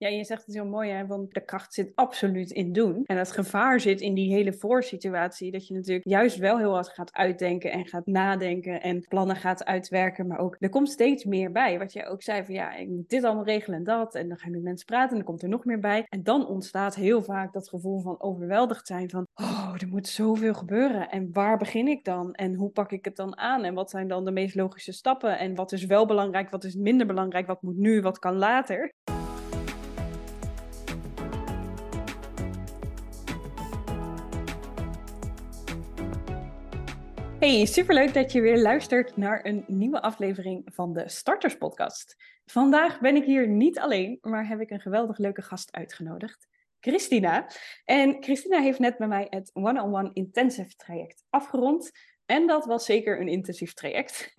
Ja, je zegt het heel mooi, hè? Want de kracht zit absoluut in doen. En het gevaar zit in die hele voorsituatie. Dat je natuurlijk juist wel heel wat gaat uitdenken en gaat nadenken en plannen gaat uitwerken. Maar ook, er komt steeds meer bij. Wat jij ook zei van ja, ik moet dit allemaal regelen en dat. En dan ga je met mensen praten en dan komt er nog meer bij. En dan ontstaat heel vaak dat gevoel van overweldigd zijn van oh, er moet zoveel gebeuren. En waar begin ik dan? En hoe pak ik het dan aan? En wat zijn dan de meest logische stappen? En wat is wel belangrijk? Wat is minder belangrijk? Wat moet nu? Wat kan later? Hey, superleuk dat je weer luistert naar een nieuwe aflevering van de Starters Podcast. Vandaag ben ik hier niet alleen, maar heb ik een geweldig leuke gast uitgenodigd, Christina. En Christina heeft net bij mij het One-on-One Intensive traject afgerond. En dat was zeker een intensief traject.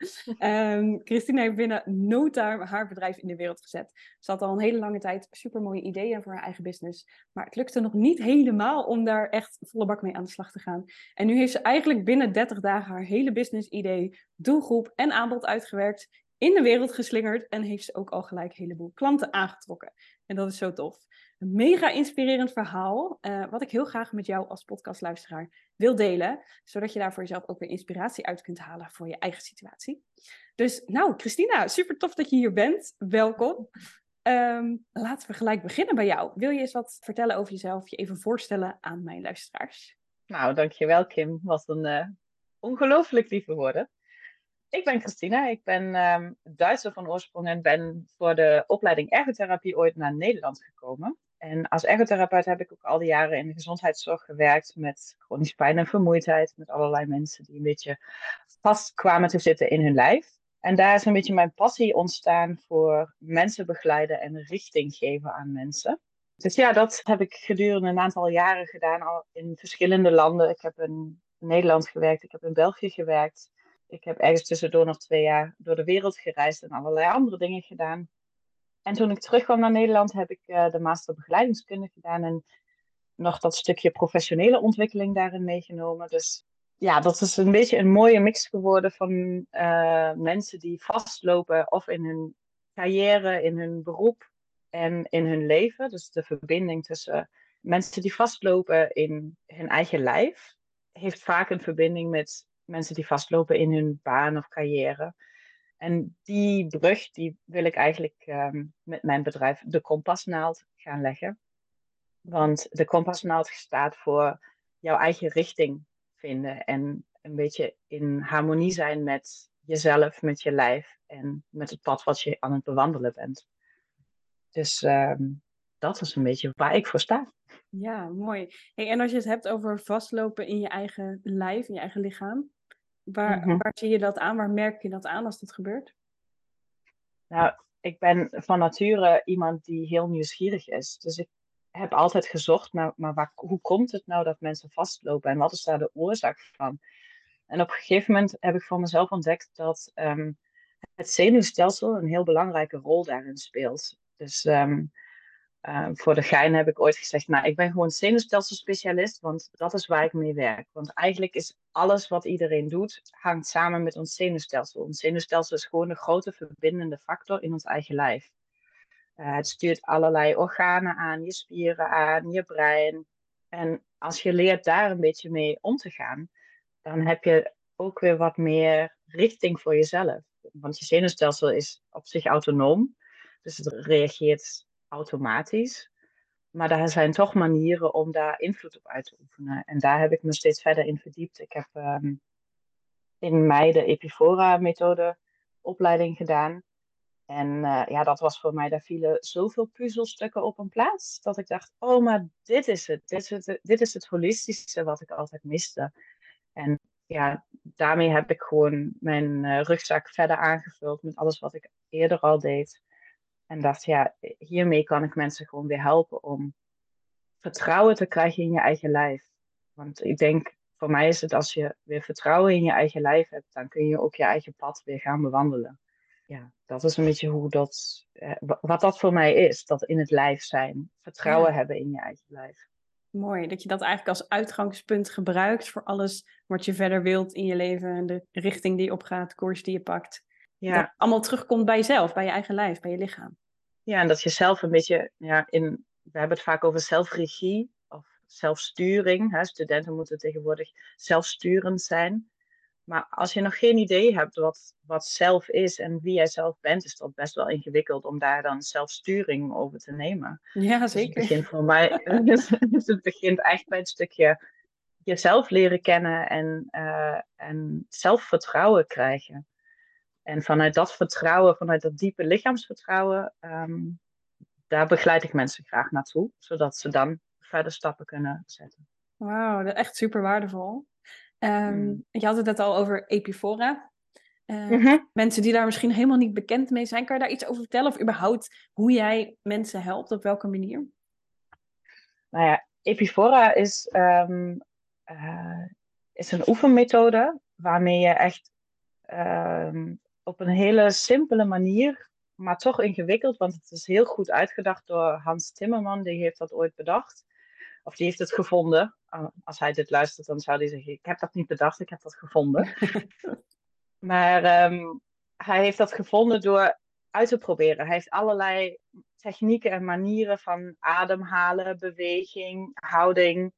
Christina heeft binnen no time haar bedrijf in de wereld gezet. Ze had al een hele lange tijd supermooie ideeën voor haar eigen business. Maar het lukte nog niet helemaal om daar echt volle bak mee aan de slag te gaan. En nu heeft ze eigenlijk binnen 30 dagen haar hele business idee, doelgroep en aanbod uitgewerkt, in de wereld geslingerd en heeft ze ook al gelijk een heleboel klanten aangetrokken. En dat is zo tof. Een mega inspirerend verhaal, wat ik heel graag met jou als podcastluisteraar wil delen, zodat je daar voor jezelf ook weer inspiratie uit kunt halen voor je eigen situatie. Dus nou, Christina, super tof dat je hier bent. Welkom. Laten we gelijk beginnen bij jou. Wil je eens wat vertellen over jezelf, je even voorstellen aan mijn luisteraars? Nou, dankjewel Kim. Wat een ongelooflijk lieve woorden. Ik ben Christina, ik ben Duitser van oorsprong en ben voor de opleiding ergotherapie ooit naar Nederland gekomen. En als ergotherapeut heb ik ook al die jaren in de gezondheidszorg gewerkt met chronische pijn en vermoeidheid, met allerlei mensen die een beetje vast kwamen te zitten in hun lijf. En daar is een beetje mijn passie ontstaan voor mensen begeleiden en richting geven aan mensen. Dus ja, dat heb ik gedurende een aantal jaren gedaan, al in verschillende landen. Ik heb in Nederland gewerkt, ik heb in België gewerkt. Ik heb ergens tussendoor nog 2 jaar door de wereld gereisd en allerlei andere dingen gedaan. En toen ik terugkwam naar Nederland, heb ik de master begeleidingskunde gedaan en nog dat stukje professionele ontwikkeling daarin meegenomen. Dus ja, dat is een beetje een mooie mix geworden van mensen die vastlopen of in hun carrière, in hun beroep en in hun leven. Dus de verbinding tussen mensen die vastlopen in hun eigen lijf heeft vaak een verbinding met mensen die vastlopen in hun baan of carrière. En die brug die wil ik eigenlijk met mijn bedrijf De Kompasnaald gaan leggen. Want de kompasnaald staat voor jouw eigen richting vinden en een beetje in harmonie zijn met jezelf, met je lijf en met het pad wat je aan het bewandelen bent. Dus dat is een beetje waar ik voor sta. Ja, mooi. Hey, en als je het hebt over vastlopen in je eigen lijf, in je eigen lichaam, Mhm. waar zie je dat aan? Waar merk je dat aan als dat gebeurt? Nou, ik ben van nature iemand die heel nieuwsgierig is. Dus ik heb altijd gezocht naar, maar hoe komt het nou dat mensen vastlopen en wat is daar de oorzaak van? En op een gegeven moment heb ik voor mezelf ontdekt dat het zenuwstelsel een heel belangrijke rol daarin speelt. Dus voor de gein heb ik ooit gezegd, nou, ik ben gewoon zenuwstelselspecialist, want dat is waar ik mee werk. Want eigenlijk is alles wat iedereen doet, hangt samen met ons zenuwstelsel. Ons zenuwstelsel is gewoon een grote verbindende factor in ons eigen lijf. Het stuurt allerlei organen aan, je spieren aan, je brein. En als je leert daar een beetje mee om te gaan, dan heb je ook weer wat meer richting voor jezelf. Want je zenuwstelsel is op zich autonoom, dus het reageert automatisch. Maar er zijn toch manieren om daar invloed op uit te oefenen. En daar heb ik me steeds verder in verdiept. Ik heb in mei de Epifora-methode opleiding gedaan. En ja, dat was voor mij, daar vielen zoveel puzzelstukken op een plaats. Dat ik dacht, oh, maar dit is het. Dit is het holistische wat ik altijd miste. En ja, daarmee heb ik gewoon mijn rugzak verder aangevuld met alles wat ik eerder al deed. En dacht, ja, hiermee kan ik mensen gewoon weer helpen om vertrouwen te krijgen in je eigen lijf. Want ik denk, voor mij is het als je weer vertrouwen in je eigen lijf hebt, dan kun je ook je eigen pad weer gaan bewandelen. Ja, dat is een beetje hoe dat, wat dat voor mij is, dat in het lijf zijn. Ja, Vertrouwen hebben in je eigen lijf. mooi. Dat je dat eigenlijk als uitgangspunt gebruikt voor alles wat je verder wilt in je leven en de richting die je opgaat, de koers die je pakt. Dat Ja, allemaal terugkomt bij jezelf, bij je eigen lijf, bij je lichaam. Ja, en dat je zelf een beetje, we hebben het vaak over zelfregie of zelfsturing. Hè? Studenten moeten tegenwoordig zelfsturend zijn. Maar als je nog geen idee hebt wat zelf is en wie jij zelf bent, is dat best wel ingewikkeld om daar dan zelfsturing over te nemen. Ja, Dus het zeker. begint voor mij, dus het begint echt bij het stukje jezelf leren kennen en zelfvertrouwen krijgen. En vanuit dat vertrouwen, vanuit dat diepe lichaamsvertrouwen, daar begeleid ik mensen graag naartoe, zodat ze dan verder stappen kunnen zetten. Wauw, dat is echt super waardevol. Mm. Je had het net al over Epifora. Mhm. Mensen die daar misschien helemaal niet bekend mee zijn, kan je daar iets over vertellen? Of überhaupt hoe jij mensen helpt, op welke manier? Nou ja, Epifora is een oefenmethode waarmee je echt op een hele simpele manier, maar toch ingewikkeld, want het is heel goed uitgedacht door Hans Timmerman, die heeft dat ooit bedacht. Of die heeft het gevonden. Als hij dit luistert, dan zou hij zeggen: ik heb dat niet bedacht, ik heb dat gevonden. Maar hij heeft dat gevonden door uit te proberen. Hij heeft allerlei technieken en manieren van ademhalen, beweging, houding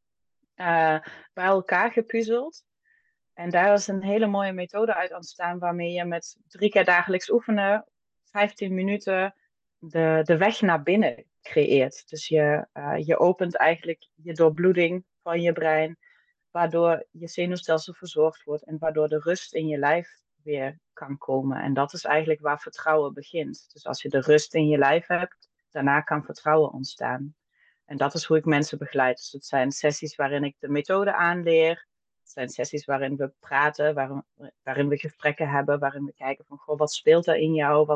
bij elkaar gepuzzeld. En daar is een hele mooie methode uit ontstaan waarmee je met 3 keer dagelijks oefenen, 15 minuten, de weg naar binnen creëert. Dus je opent eigenlijk je doorbloeding van je brein, waardoor je zenuwstelsel verzorgd wordt en waardoor de rust in je lijf weer kan komen. En dat is eigenlijk waar vertrouwen begint. Dus als je de rust in je lijf hebt, daarna kan vertrouwen ontstaan. En dat is hoe ik mensen begeleid. Dus het zijn sessies waarin ik de methode aanleer. Het zijn sessies waarin we praten, waarin we gesprekken hebben, waarin we kijken van, goh, wat speelt er in jou?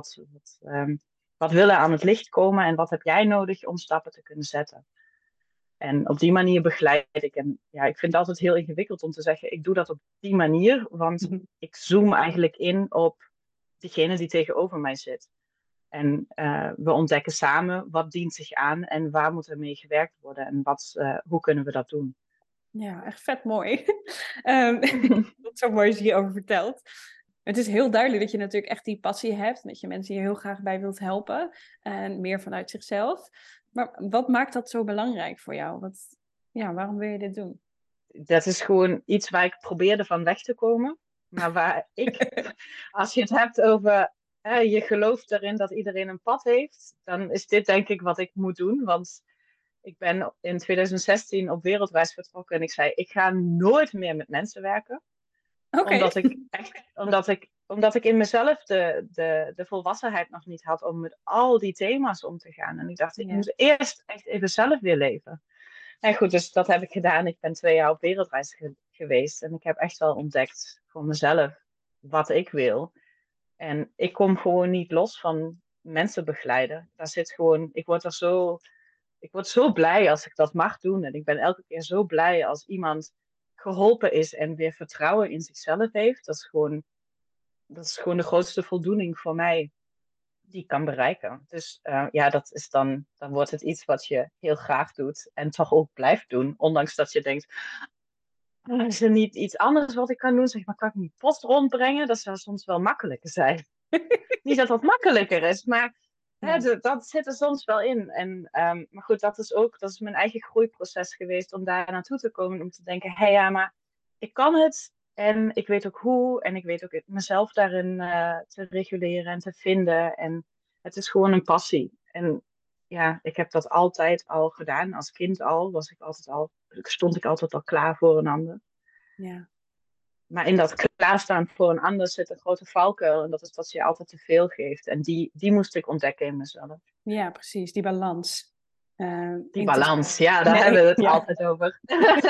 Wat wil er aan het licht komen en wat heb jij nodig om stappen te kunnen zetten? En op die manier begeleid ik. En ja, ik vind het altijd heel ingewikkeld om te zeggen, ik doe dat op die manier, want ik zoom eigenlijk in op degene die tegenover mij zit. En we ontdekken samen wat dient zich aan en waar moet er mee gewerkt worden en hoe kunnen we dat doen. Ja, echt vet mooi. Dat is zo mooi als je hierover vertelt. Het is heel duidelijk dat je natuurlijk echt die passie hebt. Dat je mensen hier heel graag bij wilt helpen. En meer vanuit zichzelf. Maar wat maakt dat zo belangrijk voor jou? Waarom wil je dit doen? Dat is gewoon iets waar ik probeerde van weg te komen. Maar als je het hebt over je gelooft erin dat iedereen een pad heeft, dan is dit denk ik wat ik moet doen. Want ik ben in 2016 op wereldreis vertrokken en ik zei, ik ga nooit meer met mensen werken. Oké. Omdat ik in mezelf de volwassenheid nog niet had om met al die thema's om te gaan. En ik dacht, ik Ja. moet eerst echt even zelf weer leven. En goed, dus dat heb ik gedaan. Ik ben 2 jaar op wereldreis geweest. En ik heb echt wel ontdekt voor mezelf wat ik wil. En ik kom gewoon niet los van mensen begeleiden. Daar zit gewoon, ik word zo blij als ik dat mag doen. En ik ben elke keer zo blij als iemand geholpen is en weer vertrouwen in zichzelf heeft. Dat is gewoon de grootste voldoening voor mij die ik kan bereiken. Dus ja, dan wordt het iets wat je heel graag doet en toch ook blijft doen. Ondanks dat je denkt, is er niet iets anders wat ik kan doen? Zeg maar, kan ik niet post rondbrengen? Dat zou soms wel makkelijker zijn. Niet dat dat makkelijker is, maar Ja. dat zit er soms wel in. Maar goed, dat is mijn eigen groeiproces geweest om daar naartoe te komen. Om te denken, hé ja, maar ik kan het. En ik weet ook hoe. En ik weet ook mezelf daarin te reguleren en te vinden. En het is gewoon een passie. En ja, ik heb dat altijd al gedaan. Als kind al stond ik altijd al klaar voor een ander. Ja. Maar in dat klaarstaan voor een ander zit een grote valkuil. En dat is dat je je altijd te veel geeft. En die moest ik ontdekken in mezelf. Ja, precies. Die balans. Die In te balans, ja, daar Nee, hebben we het ja. altijd over.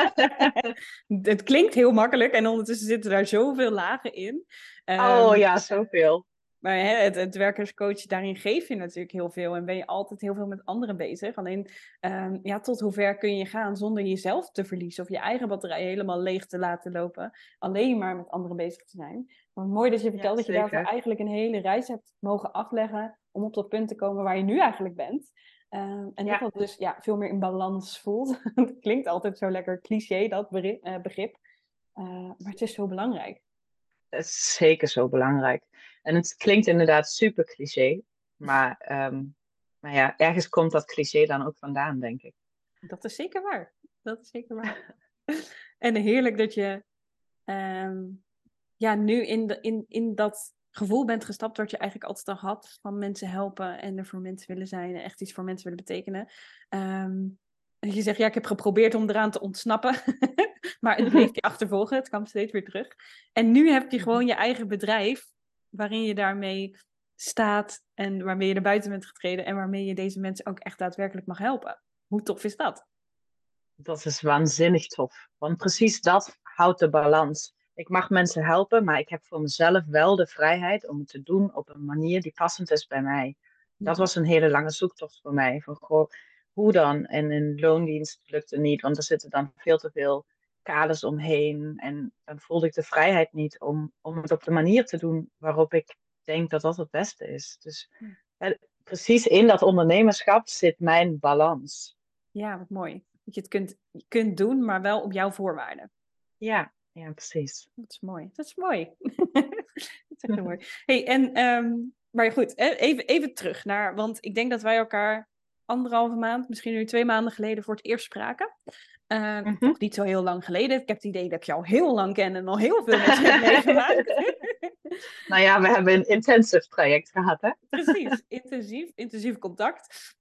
Het klinkt heel makkelijk en ondertussen zitten daar zoveel lagen in. Oh Ehm, ja, zoveel. maar het werkerscoach, daarin geef je natuurlijk heel veel en ben je altijd heel veel met anderen bezig. Alleen, tot hoever kun je gaan zonder jezelf te verliezen of je eigen batterij helemaal leeg te laten lopen, alleen maar met anderen bezig te zijn. Maar mooi dat je Ja, vertelt dat je daarvoor zeker. eigenlijk een hele reis hebt mogen afleggen om op dat punt te komen waar je nu eigenlijk bent. En dat Ja, dat dus veel meer in balans voelt. Het klinkt altijd zo lekker cliché, dat begrip. Maar het is zo belangrijk. het is zeker zo belangrijk. En het klinkt inderdaad super cliché. Maar Maar ja, ergens komt dat cliché dan ook vandaan, denk ik. Dat is zeker waar. Dat is zeker waar. En heerlijk dat je ehm, ja, nu in dat gevoel bent gestapt wat je eigenlijk altijd al had van mensen helpen en er voor mensen willen zijn en echt iets voor mensen willen betekenen. Dat je zegt, ja, ik heb geprobeerd om eraan te ontsnappen, maar het bleef je achtervolgen, het kwam steeds weer terug. En nu heb je gewoon je eigen bedrijf waarin je daarmee staat en waarmee je er buiten bent getreden en waarmee je deze mensen ook echt daadwerkelijk mag helpen. Hoe tof is dat? Dat is waanzinnig tof. Want precies dat houdt de balans. Ik mag mensen helpen, maar ik heb voor mezelf wel de vrijheid om het te doen op een manier die passend is bij mij. Dat Mhm. was een hele lange zoektocht voor mij. Van, goh, hoe dan? En in loondienst lukte niet, want er zitten dan veel te veel kaders omheen. En dan voelde ik de vrijheid niet om het op de manier te doen waarop ik denk dat dat het beste is. Dus precies in dat ondernemerschap zit mijn balans. Ja, wat mooi. Dat je het kunt doen, maar wel op jouw voorwaarden. Ja, ja, precies. Dat is mooi. Dat is mooi. Dat is echt heel mooi. Hey, en, maar goed, even terug naar, want ik denk dat wij elkaar 1,5 maand, misschien nu 2 maanden geleden voor het eerst spraken. Mhm. Nog niet zo heel lang geleden. Ik heb het idee dat ik jou heel lang ken en al heel veel met je heb meegemaakt. Nou ja, we hebben een intensive traject gehad, hè? Precies, intensief contact.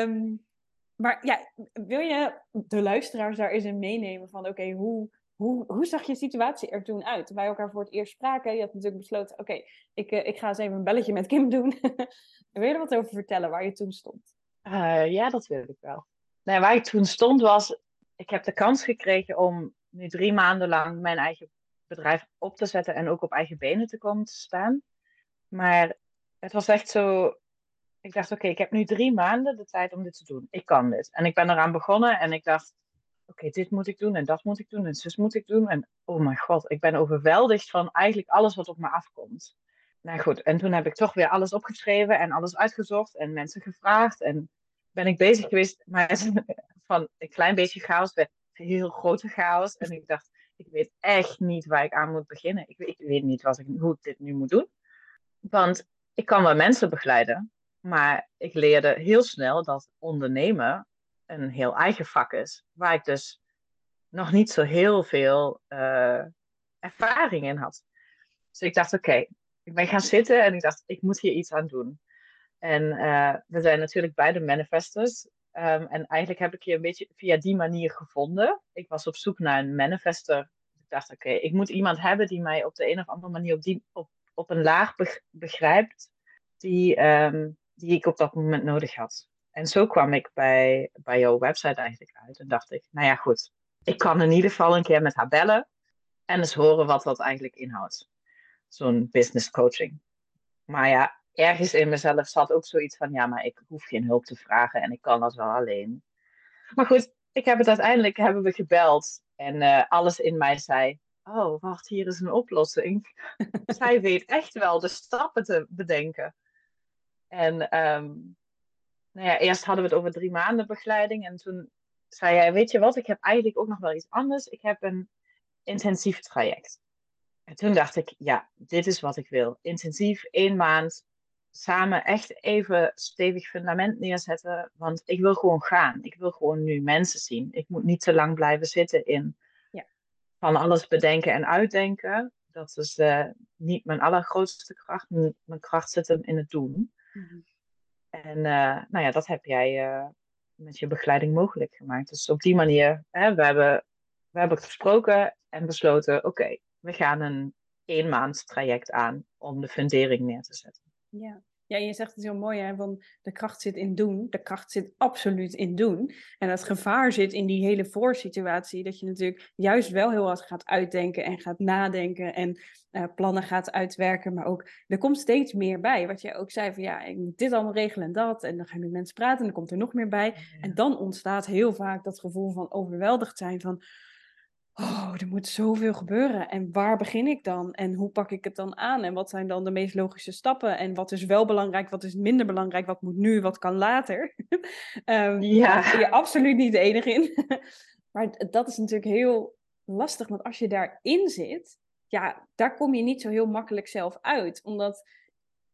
Maar ja, wil je de luisteraars daar eens in meenemen van oké, hoe zag je situatie er toen uit? Toen wij elkaar voor het eerst spraken, je had natuurlijk besloten, oké, ik ga eens even een belletje met Kim doen. Wil je er wat over vertellen waar je toen stond? Ja, dat wil ik wel. Nou, waar ik toen stond was, ik heb de kans gekregen om nu 3 maanden lang mijn eigen bedrijf op te zetten en ook op eigen benen te komen te staan. Maar het was echt zo, ik dacht, oké, ik heb nu 3 maanden de tijd om dit te doen. Ik kan dit. En ik ben eraan begonnen en ik dacht, oké, dit moet ik doen en dat moet ik doen en zus moet ik doen. En oh mijn god, ik ben overweldigd van eigenlijk alles wat op me afkomt. Nou goed, en toen heb ik toch weer alles opgeschreven en alles uitgezocht en mensen gevraagd. En ben ik bezig geweest, maar van een klein beetje chaos werd heel grote chaos. En ik dacht, ik weet echt niet waar ik aan moet beginnen. Ik weet niet hoe ik dit nu moet doen. Want ik kan wel mensen begeleiden, maar ik leerde heel snel dat ondernemen een heel eigen vak is. Waar ik dus nog niet zo heel veel ervaring in had. Dus ik dacht, oké, ik ben gaan zitten en ik dacht, ik moet hier iets aan doen. En we zijn natuurlijk beide manifestors. En eigenlijk heb ik je een beetje via die manier gevonden. Ik was op zoek naar een manifester. Ik dacht, oké, ik moet iemand hebben die mij op de een of andere manier op een laag begrijpt die ik op dat moment nodig had. En zo kwam ik bij jouw website eigenlijk uit. En dacht ik, nou ja, goed. Ik kan in ieder geval een keer met haar bellen en eens horen wat dat eigenlijk inhoudt. Zo'n business coaching. Maar ja, ergens in mezelf zat ook zoiets van, ja, maar ik hoef geen hulp te vragen en ik kan dat wel alleen. Maar goed, hebben we gebeld en alles in mij zei, oh, wacht, hier is een oplossing. Zij weet echt wel de stappen te bedenken. En nou ja, eerst hadden we het over 3 maanden begeleiding en toen zei jij, weet je wat, ik heb eigenlijk ook nog wel iets anders. Ik heb een intensief traject. En toen dacht ik, ja, dit is wat ik wil. Intensief, 1 maand, samen echt even stevig fundament neerzetten. Want ik wil gewoon gaan. Ik wil gewoon nu mensen zien. Ik moet niet te lang blijven zitten in Ja. van alles bedenken en uitdenken. Dat is niet mijn allergrootste kracht. Mijn kracht zit hem in het doen. Mhm. En nou ja, dat heb jij met je begeleiding mogelijk gemaakt. Dus op die manier, hè, we hebben gesproken en besloten, oké, we gaan een 1 maand traject aan om de fundering neer te zetten. Ja. Ja, je zegt het heel mooi, hè, van de kracht zit in doen. De kracht zit absoluut in doen. En het gevaar zit in die hele voorsituatie, dat je natuurlijk juist wel heel wat gaat uitdenken en gaat nadenken en plannen gaat uitwerken, maar ook, er komt steeds meer bij. Wat jij ook zei, van ja, ik moet dit allemaal regelen en dat, en dan gaan met mensen praten en dan komt er nog meer bij. En dan ontstaat heel vaak dat gevoel van overweldigd zijn, van oh, er moet zoveel gebeuren. En waar begin ik dan? En hoe pak ik het dan aan? En wat zijn dan de meest logische stappen? En wat is wel belangrijk? Wat is minder belangrijk? Wat moet nu? Wat kan later? Ja, Daar ben je absoluut niet de enige in. Maar dat is natuurlijk heel lastig. Want als je daarin zit, ja, daar kom je niet zo heel makkelijk zelf uit. Omdat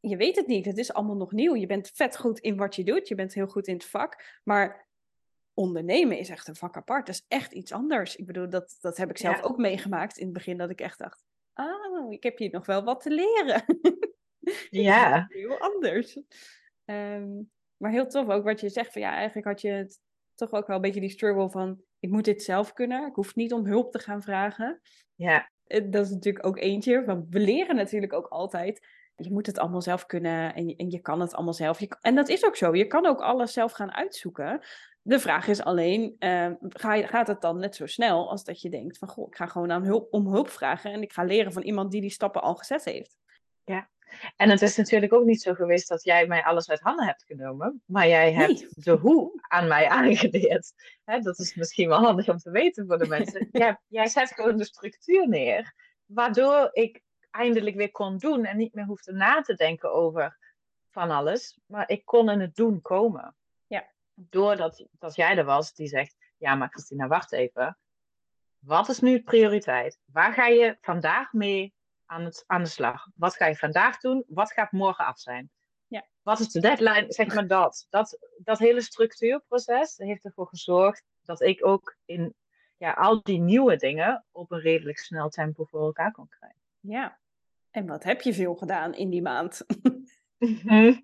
je weet het niet. Het is allemaal nog nieuw. Je bent vet goed in wat je doet. Je bent heel goed in het vak. Maar ondernemen is echt een vak apart. Dat is echt iets anders. Ik bedoel, dat heb ik zelf Ja, ook meegemaakt in het begin. Dat ik echt dacht, ik heb hier nog wel wat te leren. Het is ja, heel anders. Ehm, maar heel tof ook wat je zegt. Van, ja, eigenlijk had je het toch ook wel een beetje die struggle van... ik moet dit zelf kunnen. Ik hoef niet om hulp te gaan vragen. ja, Dat is natuurlijk ook eentje. Want we leren natuurlijk ook altijd. Je moet het allemaal zelf kunnen en je kan het allemaal zelf. En dat is ook zo. Je kan ook alles zelf gaan uitzoeken. De vraag is alleen, gaat het dan net zo snel als dat je denkt van... goh, ik ga gewoon om hulp vragen en ik ga leren van iemand die stap al gezet heeft. ja. En het is natuurlijk ook niet zo geweest dat jij mij alles uit handen hebt genomen, maar jij hebt Nee. de hoe aan mij aangeleerd. Hè, dat is misschien wel handig om te weten voor de mensen. Jij zet gewoon de structuur neer, waardoor ik eindelijk weer kon doen en niet meer hoefde na te denken over van alles, maar ik kon in het doen komen. Ja. Doordat jij er was die zegt, ja, maar Christina, wacht even. Wat is nu de prioriteit? Waar ga je vandaag mee aan de slag? Wat ga je vandaag doen? Wat gaat morgen af zijn? Ja. Wat is de deadline? Zeg maar dat hele structuurproces heeft ervoor gezorgd dat ik ook in al die nieuwe dingen op een redelijk snel tempo voor elkaar kon krijgen. Ja. En wat heb je veel gedaan in die maand? Mhm.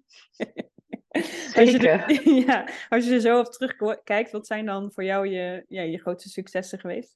Als je Zeker. ja, als je er zo op terugkijkt, wat zijn dan voor jou je grootste successen geweest?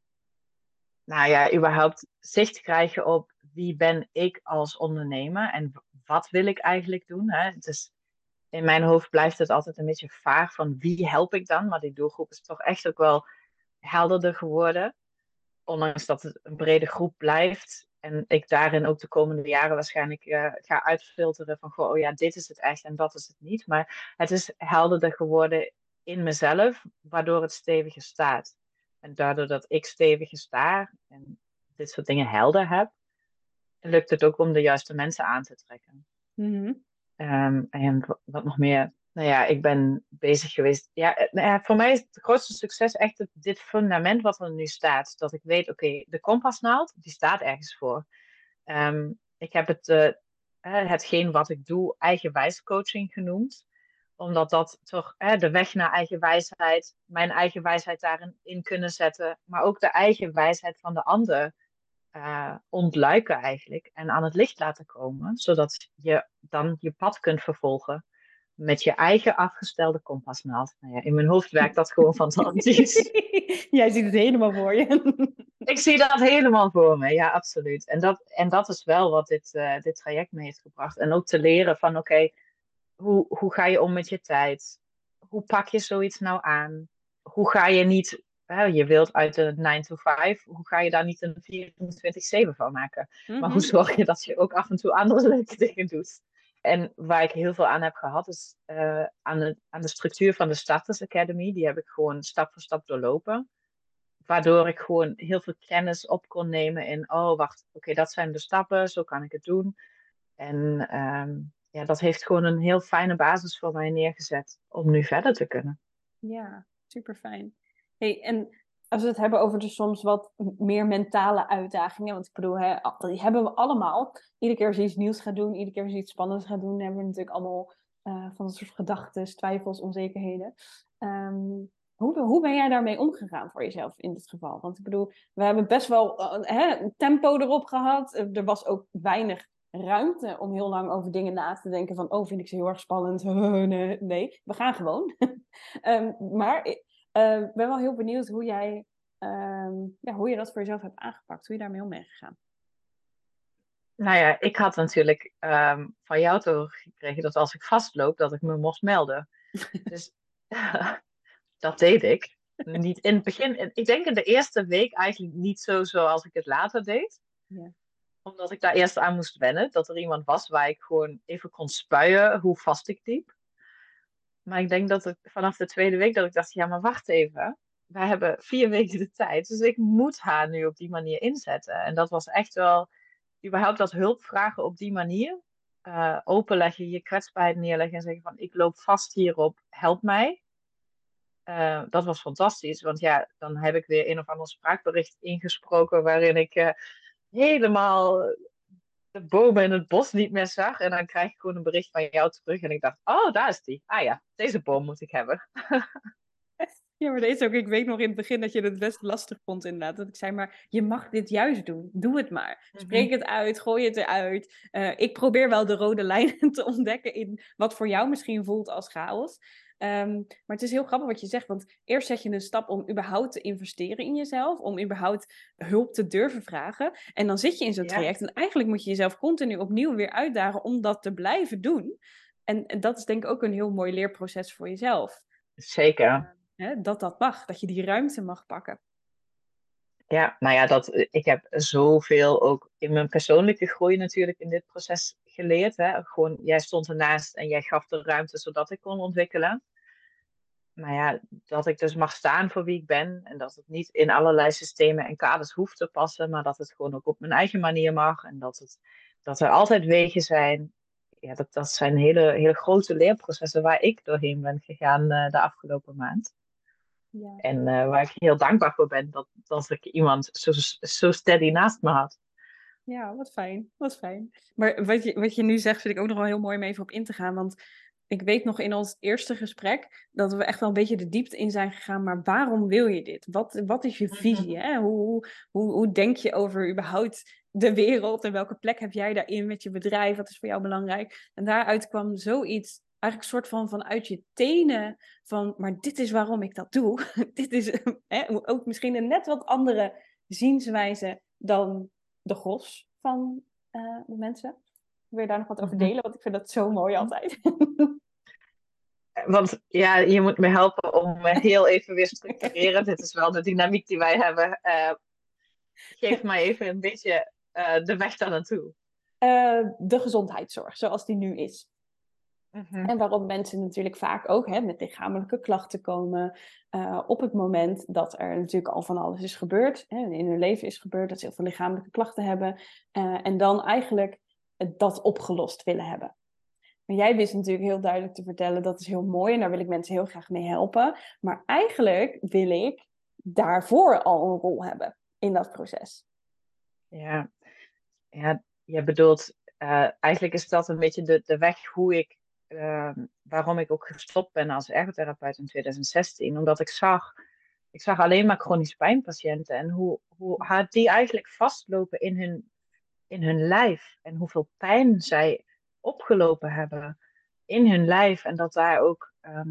Nou ja, überhaupt zicht krijgen op wie ben ik als ondernemer en wat wil ik eigenlijk doen. Hè? Dus in mijn hoofd blijft het altijd een beetje vaag van wie help ik dan? Maar die doelgroep is toch echt ook wel helderder geworden. Ondanks dat het een brede groep blijft. En ik daarin ook de komende jaren waarschijnlijk ga uitfilteren van, goh, oh ja, dit is het echt en dat is het niet. Maar het is helderder geworden in mezelf, waardoor het steviger staat. En daardoor dat ik steviger sta en dit soort dingen helder heb, lukt het ook om de juiste mensen aan te trekken. Mhm. En wat nog meer? Nou ja, ik ben bezig geweest. Ja, nou ja, voor mij is het grootste succes echt dit fundament wat er nu staat. Dat ik weet, oké, de kompasnaald, die staat ergens voor. Ik heb hetgeen wat ik doe, eigenwijs coaching genoemd. Omdat dat toch de weg naar eigen wijsheid, mijn eigen wijsheid daarin in kunnen zetten. Maar ook de eigen wijsheid van de ander ontluiken eigenlijk en aan het licht laten komen, zodat je dan je pad kunt vervolgen met je eigen afgestelde kompasnaald. Nou ja, in mijn hoofd werkt dat gewoon fantastisch. Jij ziet het helemaal voor je. Ik zie dat helemaal voor me, ja, absoluut. En dat is wel wat dit traject me heeft gebracht. En ook te leren van, oké, hoe ga je om met je tijd? Hoe pak je zoiets nou aan? Hoe ga je niet, je wilt uit de 9 to 5, hoe ga je daar niet een 24/7 van maken? Maar hoe Mhm. zorg je dat je ook af en toe andere leuke dingen doet? En waar ik heel veel aan heb gehad, is aan de structuur van de Starters Academy. Die heb ik gewoon stap voor stap doorlopen. Waardoor ik gewoon heel veel kennis op kon nemen in, oh wacht, oké, dat zijn de stappen, zo kan ik het doen. En ja, dat heeft gewoon een heel fijne basis voor mij neergezet om nu verder te kunnen. Ja, super fijn. Hey, en als we het hebben over de soms wat meer mentale uitdagingen, want ik bedoel, die hebben we allemaal. Iedere keer als je iets nieuws gaat doen, iedere keer als je iets spannends gaat doen, hebben we natuurlijk allemaal van dat soort gedachten, twijfels, onzekerheden. Ehm, hoe ben jij daarmee omgegaan voor jezelf in dit geval? Want ik bedoel, we hebben best wel tempo erop gehad. Er was ook weinig ruimte om heel lang over dingen na te denken van, oh, vind ik ze heel erg spannend? Nee, nee, we gaan gewoon. Maar ik ben wel heel benieuwd hoe jij, hoe je dat voor jezelf hebt aangepakt, hoe je daarmee om bent gegaan. Nou ja, ik had natuurlijk van jou te horen gekregen dat als ik vastloop, dat ik me moest melden. Dus dat deed ik. Niet in het begin, ik denk in de eerste week eigenlijk niet zo zoals ik het later deed. Ja. Omdat ik daar eerst aan moest wennen. Dat er iemand was waar ik gewoon even kon spuien hoe vast ik liep. Maar ik denk dat ik vanaf de tweede week dat ik dacht, ja, maar wacht even. Wij hebben 4 weken de tijd. Dus ik moet haar nu op die manier inzetten. En dat was echt wel, überhaupt dat hulp vragen op die manier. Openleggen, je kwetsbaarheid neerleggen en zeggen van, ik loop vast hierop, help mij. Dat was fantastisch, want ja, dan heb ik weer een of ander spraakbericht ingesproken waarin ik helemaal de bomen in het bos niet meer zag. En dan krijg ik gewoon een bericht van jou terug. En ik dacht, oh, daar is die. Ah ja, deze boom moet ik hebben. Ja, maar deze ook. Ik weet nog in het begin dat je het best lastig vond, inderdaad. Dat ik zei, maar je mag dit juist doen. Doe het maar. Mhm. Spreek het uit, gooi het eruit. Ik probeer wel de rode lijnen te ontdekken in wat voor jou misschien voelt als chaos. Maar het is heel grappig wat je zegt, want eerst zet je een stap om überhaupt te investeren in jezelf, om überhaupt hulp te durven vragen. En dan zit je in zo'n Ja, traject en eigenlijk moet je jezelf continu opnieuw weer uitdagen om dat te blijven doen. En dat is denk ik ook een heel mooi leerproces voor jezelf. zeker. Hè, dat dat mag, dat je die ruimte mag pakken. Ja, nou ja, ik heb zoveel ook in mijn persoonlijke groei natuurlijk in dit proces geleerd. Hè. Gewoon, jij stond ernaast en jij gaf de ruimte zodat ik kon ontwikkelen. Maar ja, dat ik dus mag staan voor wie ik ben. En dat het niet in allerlei systemen en kaders hoeft te passen. Maar dat het gewoon ook op mijn eigen manier mag. En dat er altijd wegen zijn. Ja, dat zijn hele grote leerprocessen waar ik doorheen ben gegaan de afgelopen maand. Ja. En waar ik heel dankbaar voor ben dat ik iemand zo steady naast me had. Ja, wat fijn, wat fijn. Maar wat je nu zegt, vind ik ook nog wel heel mooi om even op in te gaan. Want ik weet nog in ons eerste gesprek dat we echt wel een beetje de diepte in zijn gegaan. Maar waarom wil je dit? Wat is je visie? Mhm. Hè? Hoe denk je over überhaupt de wereld? En welke plek heb jij daarin met je bedrijf? Wat is voor jou belangrijk? En daaruit kwam zoiets, eigenlijk soort van vanuit je tenen. Van, maar dit is waarom ik dat doe. Dit is ook misschien een net wat andere zienswijze dan de gros van de mensen. Wil je daar nog wat over Mhm. delen? Want ik vind dat zo mooi altijd. Want ja, je moet me helpen om me heel even weer structureren. Dit is wel de dynamiek die wij hebben. Geef mij even een beetje de weg daar naartoe. De gezondheidszorg, zoals die nu is. Mhm. En waarom mensen natuurlijk vaak ook met lichamelijke klachten komen. Op het moment dat er natuurlijk al van alles is gebeurd. In hun leven is gebeurd. Dat ze heel veel lichamelijke klachten hebben. En dan eigenlijk dat opgelost willen hebben. Maar jij wist natuurlijk heel duidelijk te vertellen, dat is heel mooi en daar wil ik mensen heel graag mee helpen. Maar eigenlijk wil ik daarvoor al een rol hebben in dat proces. Ja, ja, je bedoelt, eigenlijk is dat een beetje de weg hoe waarom ik ook gestopt ben als ergotherapeut in 2016. Omdat ik zag alleen maar chronische pijnpatiënten en hoe hard die eigenlijk vastlopen in hun lijf. En hoeveel pijn zij opgelopen hebben in hun lijf. En dat daar ook,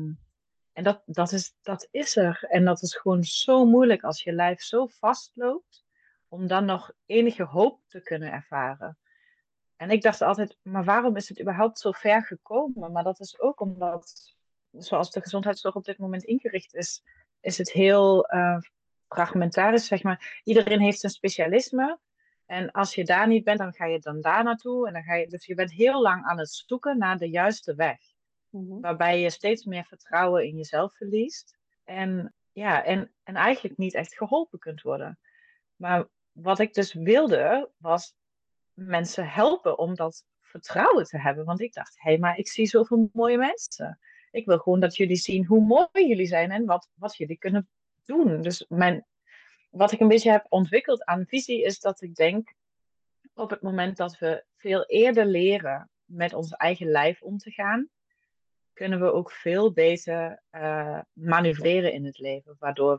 en dat is er. En dat is gewoon zo moeilijk als je lijf zo vastloopt, om dan nog enige hoop te kunnen ervaren. En ik dacht altijd, maar waarom is het überhaupt zo ver gekomen? Maar dat is ook omdat, zoals de gezondheidszorg op dit moment ingericht is, is het heel fragmentarisch, zeg maar. Iedereen heeft een specialisme. En als je daar niet bent, dan ga je dan daar naartoe. En dan ga je, dus je bent heel lang aan het zoeken naar de juiste weg. Mhm. Waarbij je steeds meer vertrouwen in jezelf verliest. En ja, en eigenlijk niet echt geholpen kunt worden. Maar wat ik dus wilde, was mensen helpen om dat vertrouwen te hebben. Want ik dacht, hé, maar ik zie zoveel mooie mensen. Ik wil gewoon dat jullie zien hoe mooi jullie zijn en wat jullie kunnen doen. Dus wat ik een beetje heb ontwikkeld aan visie is dat ik denk, op het moment dat we veel eerder leren met ons eigen lijf om te gaan, kunnen we ook veel beter manoeuvreren in het leven.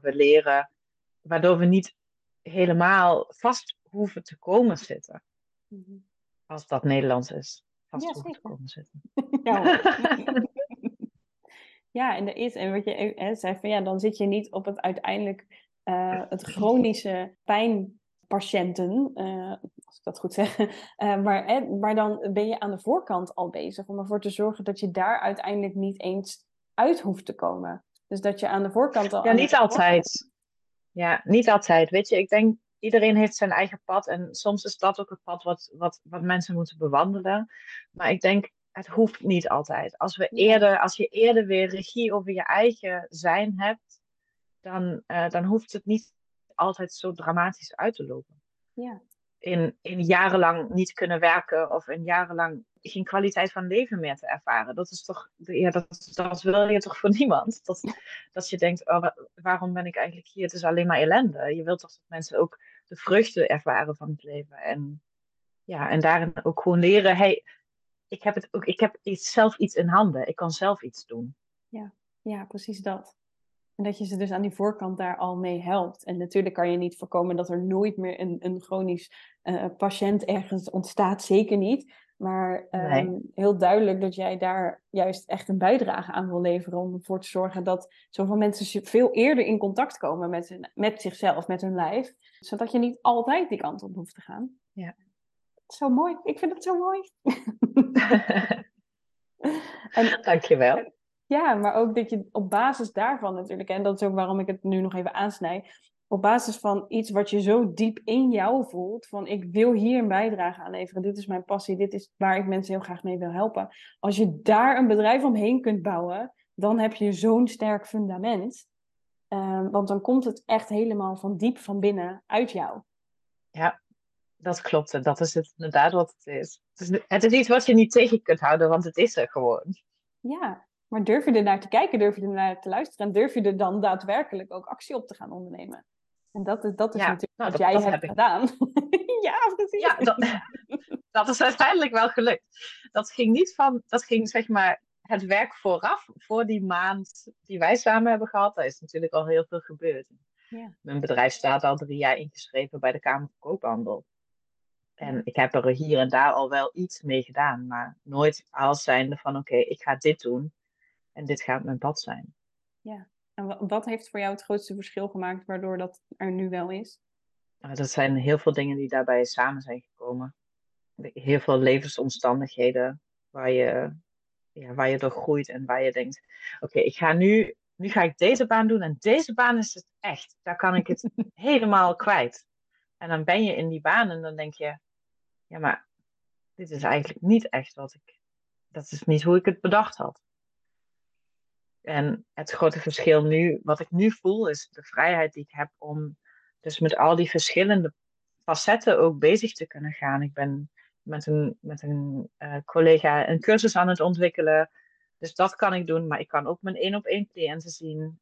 Waardoor we niet helemaal vast hoeven te komen zitten. Mhm. Als dat Nederlands is. Vast Ja, hoeven te zeker. komen zitten. Ja hoor. Ja, en er is, en wat je zei van ja, dan zit je niet op het uiteindelijk het chronische pijnpatiënten, als ik dat goed zeg, maar dan ben je aan de voorkant al bezig om ervoor te zorgen dat je daar uiteindelijk niet eens uit hoeft te komen. Dus dat je aan de voorkant al Ja, aan niet het worstelen. altijd. Ja, niet altijd. Weet je, ik denk iedereen heeft zijn eigen pad. En soms is dat ook het pad wat mensen moeten bewandelen. Maar ik denk, het hoeft niet altijd. Ja, Als je eerder weer regie over je eigen zijn hebt, dan hoeft het niet altijd zo dramatisch uit te lopen. ja, In jarenlang niet kunnen werken of in jarenlang geen kwaliteit van leven meer te ervaren. Dat is toch, ja, dat wil je toch voor niemand? Dat je denkt, oh, waarom ben ik eigenlijk hier? Het is alleen maar ellende. Je wilt toch dat mensen ook de vruchten ervaren van het leven. En Ja, en daarin ook gewoon leren, hey, ik heb zelf iets in handen. Ik kan zelf iets doen. Ja, ja, precies dat. En dat je ze dus aan die voorkant daar al mee helpt. En natuurlijk kan je niet voorkomen dat er nooit meer een chronisch patiënt ergens ontstaat. Zeker niet. Maar Nee. heel duidelijk dat jij daar juist echt een bijdrage aan wil leveren. Om ervoor te zorgen dat zoveel mensen veel eerder in contact komen met zichzelf, met hun lijf. Zodat je niet altijd die kant op hoeft te gaan. Ja. Zo mooi. Ik vind het zo mooi. En Dankjewel. ja, maar ook dat je op basis daarvan natuurlijk, en dat is ook waarom ik het nu nog even aansnijd, op basis van iets wat je zo diep in jou voelt, van ik wil hier een bijdrage aan leveren, dit is mijn passie, dit is waar ik mensen heel graag mee wil helpen. Als je daar een bedrijf omheen kunt bouwen, dan heb je zo'n sterk fundament. Want dan komt het echt helemaal van diep van binnen uit jou. Ja, dat klopt. En dat is het inderdaad wat het is. Het is iets wat je niet tegen kunt houden, want het is er gewoon. Ja, maar durf je er naar te kijken, durf je er naar te luisteren en durf je er dan daadwerkelijk ook actie op te gaan ondernemen? En dat is Ja, natuurlijk nou, wat jij dat heb hebt ik. gedaan. Ja, precies. Ja, dat is uiteindelijk wel gelukt. Dat ging zeg maar het werk vooraf, voor die maand die wij samen hebben gehad. Daar is natuurlijk al heel veel gebeurd. Ja, Mijn bedrijf staat al 3 jaar ingeschreven bij de Kamer van Koophandel. En ja, ik heb er hier en daar al wel iets mee gedaan, maar nooit als zijnde van oké, ik ga dit doen en dit gaat mijn pad zijn. ja. En wat heeft voor jou het grootste verschil gemaakt waardoor dat er nu wel is? Nou, dat zijn heel veel dingen die daarbij samen zijn gekomen. Heel veel levensomstandigheden waar waar je door groeit en waar je denkt, oké, nu ga ik deze baan doen en deze baan is het echt. Daar kan ik het helemaal kwijt. En dan ben je in die baan en dan denk je, ja, maar dit is eigenlijk niet echt dat is niet hoe ik het bedacht had. En het grote verschil nu, wat ik nu voel, is de vrijheid die ik heb om dus met al die verschillende facetten ook bezig te kunnen gaan. Ik ben met een collega een cursus aan het ontwikkelen. Dus dat kan ik doen, maar ik kan ook mijn 1-op-1 cliënten zien.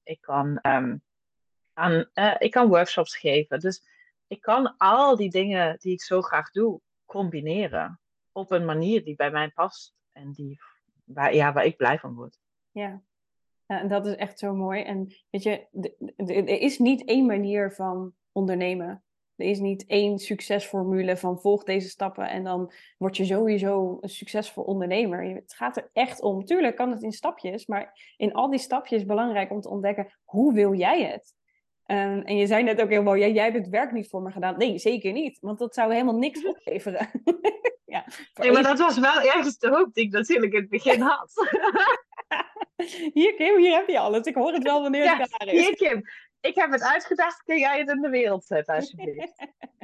Ik kan workshops geven. Dus ik kan al die dingen die ik zo graag doe, combineren op een manier die bij mij past en waar ik blij van word. Ja. Ja, en dat is echt zo mooi. En weet je, er is niet één manier van ondernemen. Er is niet één succesformule van volg deze stappen en dan word je sowieso een succesvol ondernemer. Het gaat er echt om. Tuurlijk kan het in stapjes, maar in al die stapjes is belangrijk om te ontdekken hoe wil jij het? En je zei net ook heel mooi, jij hebt het werk niet voor me gedaan. Nee, zeker niet, want dat zou helemaal niks opleveren. Ja, voor Nee, maar één. dat was wel ergens de hoop die ik natuurlijk in het begin had. Hier, Kim, hier heb je alles. Ik hoor het wel wanneer het Ja, klaar is. hier Kim, ik heb het uitgedacht. Kun jij het in de wereld zetten, alsjeblieft?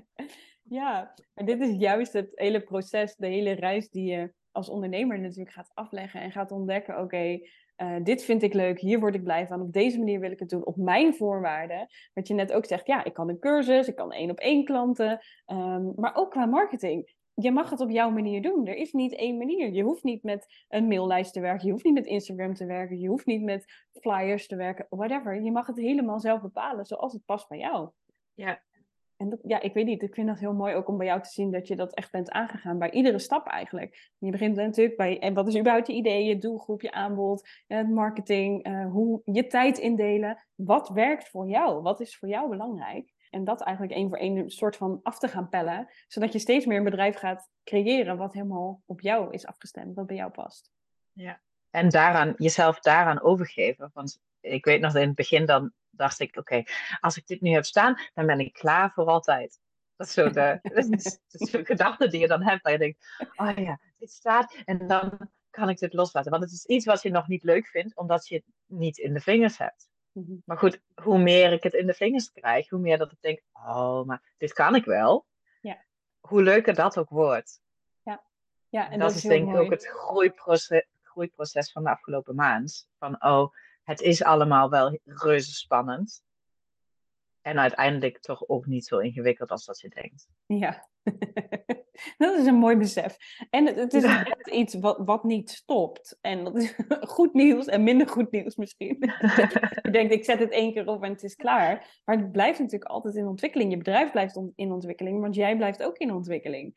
Ja, en dit is juist het hele proces, de hele reis die je als ondernemer natuurlijk gaat afleggen en gaat ontdekken, oké, dit vind ik leuk, hier word ik blij van, op deze manier wil ik het doen, op mijn voorwaarden. Wat je net ook zegt, ja, ik kan een cursus, ik kan 1-op-1 klanten, maar ook qua marketing. Je mag het op jouw manier doen. Er is niet één manier. Je hoeft niet met een maillijst te werken. Je hoeft niet met Instagram te werken. Je hoeft niet met flyers te werken. Whatever. Je mag het helemaal zelf bepalen zoals het past bij jou. Ja, En dat, ja, ik weet niet, ik vind dat heel mooi ook om bij jou te zien dat je dat echt bent aangegaan bij iedere stap eigenlijk. Je begint natuurlijk bij, en wat is überhaupt je idee, je doelgroep, je aanbod, marketing, hoe je tijd indelen. Wat werkt voor jou? Wat is voor jou belangrijk? En dat eigenlijk één voor één een soort van af te gaan pellen, zodat je steeds meer een bedrijf gaat creëren wat helemaal op jou is afgestemd, wat bij jou past. ja. En jezelf daaraan overgeven. Want ik weet nog in het begin dan dacht ik, oké, als ik dit nu heb staan, dan ben ik klaar voor altijd. Dat is zo dat is zo'n gedachte die je dan hebt. Dat je denkt, oh ja, dit staat en dan kan ik dit loslaten. Want het is iets wat je nog niet leuk vindt, omdat je het niet in de vingers hebt. Mhm. Maar goed, hoe meer ik het in de vingers krijg, hoe meer dat ik denk, oh, maar dit kan ik wel. Ja, Hoe leuker dat ook wordt. ja, ja, En en dat dat is is heel denk ik ook mooi. het groeiproces van de afgelopen maand. Van, oh, het is allemaal wel reuze spannend. En uiteindelijk toch ook niet zo ingewikkeld als dat je denkt. Ja, dat is een mooi besef. En het is net iets wat niet stopt. En dat is goed nieuws en minder goed nieuws misschien. Je denkt, ik zet het 1 keer op en het is klaar. Maar het blijft natuurlijk altijd in ontwikkeling. Je bedrijf blijft in ontwikkeling, want jij blijft ook in ontwikkeling.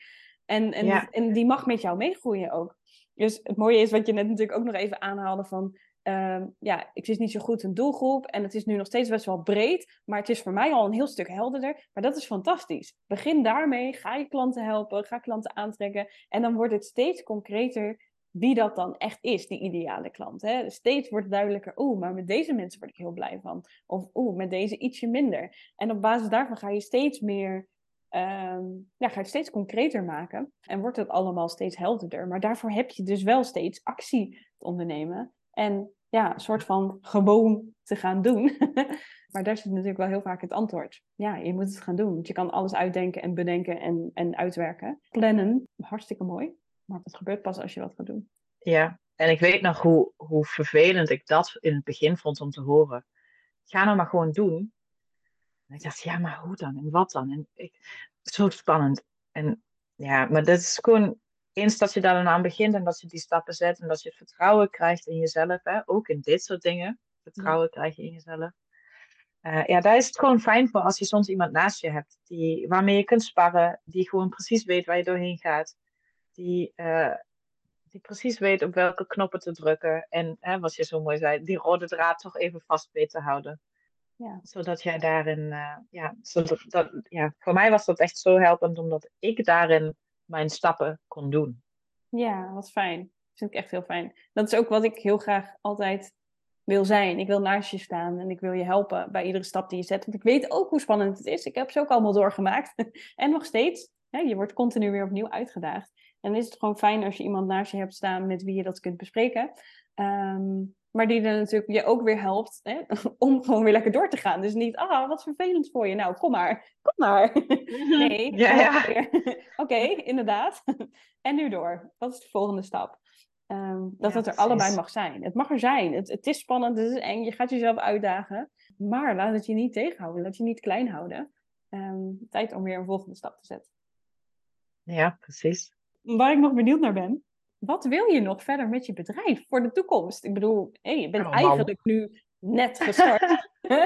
Ja, En die mag met jou meegroeien ook. Dus het mooie is wat je net natuurlijk ook nog even aanhaalde van... ik zie niet zo goed een doelgroep en het is nu nog steeds best wel breed, maar het is voor mij al een heel stuk helderder. Maar dat is fantastisch. Begin daarmee, ga je klanten helpen, ga klanten aantrekken en dan wordt het steeds concreter wie dat dan echt is, die ideale klant. Hè? Dus steeds wordt duidelijker, maar met deze mensen word ik heel blij van. Of met deze ietsje minder. En op basis daarvan ga je steeds meer... ga je het steeds concreter maken en wordt het allemaal steeds helderder. Maar daarvoor heb je dus wel steeds actie te ondernemen. En een soort van gewoon te gaan doen. Maar daar zit natuurlijk wel heel vaak het antwoord. Ja, je moet het gaan doen. Want je kan alles uitdenken en bedenken en uitwerken. Plannen, hartstikke mooi. Maar het gebeurt pas als je wat gaat doen. ja. En ik weet nog hoe vervelend ik dat in het begin vond om te horen. Ga nou maar gewoon doen. En ik dacht, ja, maar hoe dan? En wat dan? Zo spannend. En ja, maar dat is gewoon eens dat je daar dan aan begint en dat je die stappen zet en dat je het vertrouwen krijgt in jezelf, hè? Ook in dit soort dingen, Ja. vertrouwen krijg je in jezelf. Daar is het gewoon fijn voor als je soms iemand naast je hebt waarmee je kunt sparren, die gewoon precies weet waar je doorheen gaat, die precies weet op welke knoppen te drukken en, wat je zo mooi zei, die rode draad toch even vast weet te houden. Ja. Zodat jij daarin, voor mij was dat echt zo helpend, omdat ik daarin mijn stappen kon doen. Ja, wat fijn. Dat vind ik echt heel fijn. Dat is ook wat ik heel graag altijd wil zijn. Ik wil naast je staan en ik wil je helpen bij iedere stap die je zet. Want ik weet ook hoe spannend het is. Ik heb ze ook allemaal doorgemaakt. En nog steeds. Hè, je wordt continu weer opnieuw uitgedaagd. En dan is het gewoon fijn als je iemand naast je hebt staan met wie je dat kunt bespreken. Maar die er natuurlijk je ook weer helpt, hè, om gewoon weer lekker door te gaan. Dus niet, wat vervelend voor je. Nou, kom maar. Kom maar. Mhm. Nee, Ja, gewoon ja. weer. Oké, inderdaad. En nu door. Wat is de volgende stap? Dat Ja, het er allebei precies. mag zijn. Het mag er zijn. Het is spannend, het is eng. Je gaat jezelf uitdagen. Maar laat het je niet tegenhouden. Laat je niet klein houden. Tijd om weer een volgende stap te zetten. Ja, precies. Waar ik nog benieuwd naar ben. Wat wil je nog verder met je bedrijf voor de toekomst? Ik bedoel, je bent Oh man. eigenlijk nu net gestart.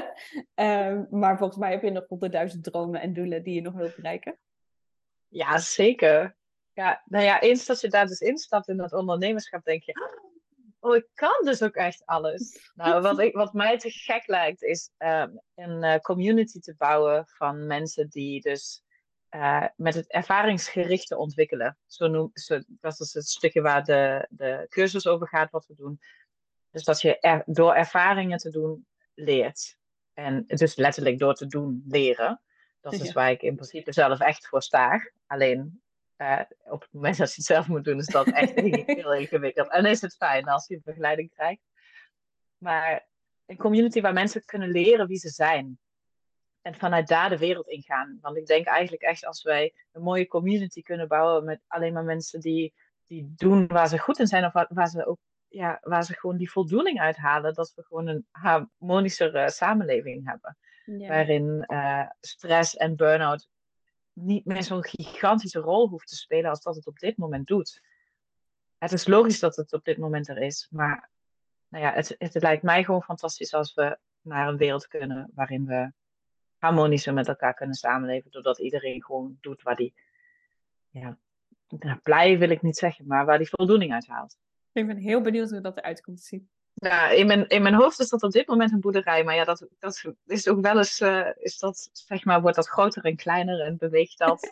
Maar volgens mij heb je nog 100.000 dromen en doelen die je nog wilt bereiken. Ja, zeker. Ja, nou ja, eens dat je daar dus instapt in dat ondernemerschap, denk je, oh, ik kan dus ook echt alles. Nou, wat mij te gek lijkt, is een community te bouwen van mensen die dus met het ervaringsgerichte ontwikkelen. Dat is het stukje waar de cursus over gaat, wat we doen. Dus dat je door ervaringen te doen leert. En dus letterlijk door te doen leren. Dat is Ja. waar ik in principe zelf echt voor sta. Alleen op het moment dat je het zelf moet doen, is dat echt heel ingewikkeld. En is het fijn als je begeleiding krijgt. Maar een community waar mensen kunnen leren wie ze zijn. En vanuit daar de wereld ingaan. Want ik denk eigenlijk echt als wij een mooie community kunnen bouwen met alleen maar mensen die doen waar ze goed in zijn. Of waar ze ook, ja, waar ze gewoon die voldoening uithalen. Dat we gewoon een harmonischere samenleving hebben. Ja. Waarin stress en burn-out niet meer zo'n gigantische rol hoeft te spelen als dat het op dit moment doet. Het is logisch dat het op dit moment er is. Maar nou ja, het lijkt mij gewoon fantastisch als we naar een wereld kunnen waarin we harmonischer met elkaar kunnen samenleven. Doordat iedereen gewoon doet waar die, ja, nou, blij wil ik niet zeggen, maar waar die voldoening uit haalt. Ik ben heel benieuwd hoe dat eruit komt te zien. Nou, in mijn hoofd is dat op dit moment een boerderij, maar ja, dat is ook wel eens, is dat, zeg maar, wordt dat groter en kleiner en beweegt dat.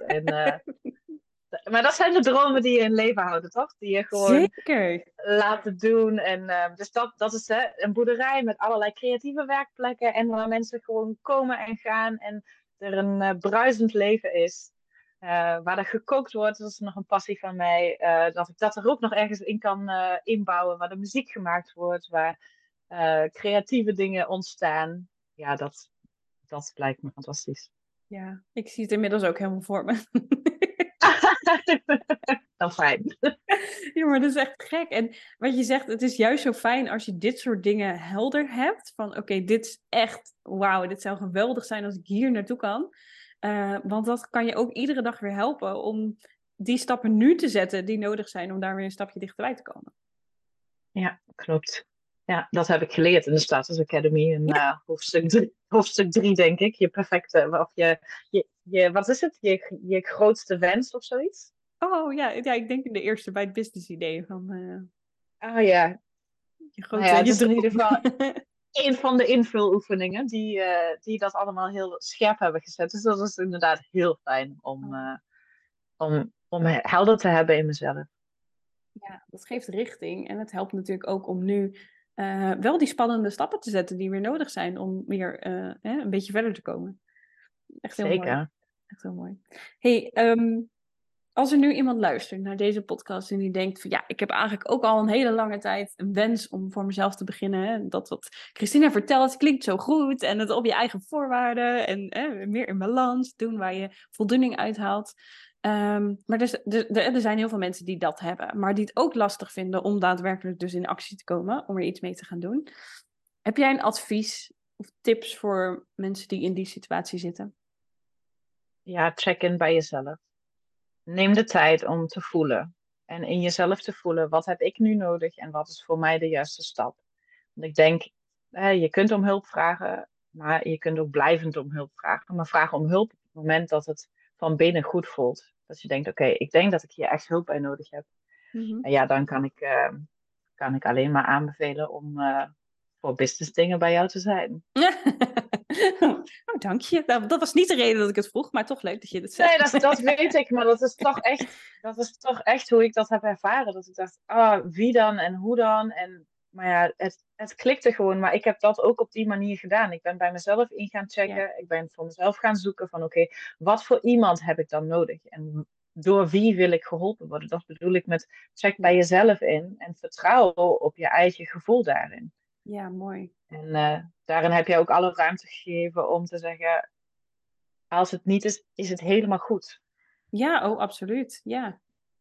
Maar dat zijn de dromen die je in leven houden, toch? Die je gewoon Zeker. laten doen. En dus dat is een boerderij met allerlei creatieve werkplekken en waar mensen gewoon komen en gaan en er een bruisend leven is. Waar er gekookt wordt, dat is nog een passie van mij. Dat ik dat er ook nog ergens in kan inbouwen, waar de muziek gemaakt wordt, waar creatieve dingen ontstaan. Ja, dat lijkt me fantastisch. Ja, ik zie het inmiddels ook helemaal voor me. Dan fijn. Ja, maar dat is echt gek. En wat je zegt, het is juist zo fijn als je dit soort dingen helder hebt. Van oké, dit is echt, wauw, dit zou geweldig zijn als ik hier naartoe kan. Want dat kan je ook iedere dag weer helpen om die stappen nu te zetten die nodig zijn om daar weer een stapje dichterbij te komen. Ja, klopt. Ja, dat heb ik geleerd in de Status Academy in Ja, hoofdstuk 3, denk ik. Je perfecte, of wat is het? Je grootste wens of zoiets? Oh ja, ja, ik denk in de eerste bij het business idee van Oh ja, je nou ja, grote, het je is in ieder geval droom. een van de invuloefeningen die dat allemaal heel scherp hebben gezet. Dus dat is inderdaad heel fijn om helder te hebben in mezelf. Ja, dat geeft richting en het helpt natuurlijk ook om nu wel die spannende stappen te zetten die weer nodig zijn om weer een beetje verder te komen. Echt heel mooi. Zeker. Echt heel mooi. Hey, als er nu iemand luistert naar deze podcast en die denkt van ja, ik heb eigenlijk ook al een hele lange tijd een wens om voor mezelf te beginnen. Hè? Dat wat Christina vertelt klinkt zo goed en het op je eigen voorwaarden en meer in balans doen waar je voldoening uithaalt. Maar er zijn heel veel mensen die dat hebben, maar die het ook lastig vinden om daadwerkelijk dus in actie te komen, om er iets mee te gaan doen. Heb jij een advies of tips voor mensen die in die situatie zitten? Ja, check in bij jezelf. Neem de tijd om te voelen. En in jezelf te voelen, wat heb ik nu nodig en wat is voor mij de juiste stap? Want ik denk, je kunt om hulp vragen, maar je kunt ook blijvend om hulp vragen. Maar vraag om hulp op het moment dat het van binnen goed voelt. Dat je denkt, oké, ik denk dat ik hier echt hulp bij nodig heb. Mhm. En ja, dan kan ik alleen maar aanbevelen om voor business dingen bij jou te zijn. Oh, dank je. Nou, dat was niet de reden dat ik het vroeg, maar toch leuk dat je het Nee, zegt. dat weet ik, maar dat is toch echt hoe ik dat heb ervaren. Dat ik dacht, wie dan en hoe dan? En, maar ja, het klikte gewoon. Maar ik heb dat ook op die manier gedaan. Ik ben bij mezelf in gaan Ja, checken. Ik ben voor mezelf gaan zoeken van, oké, wat voor iemand heb ik dan nodig? En door wie wil ik geholpen worden? Dat bedoel ik met check bij ja, jezelf in en vertrouw op je eigen gevoel daarin. ja, mooi. En daarin heb je ook alle ruimte gegeven om te zeggen, als het niet is, is het helemaal goed. Ja, oh, absoluut. Ja,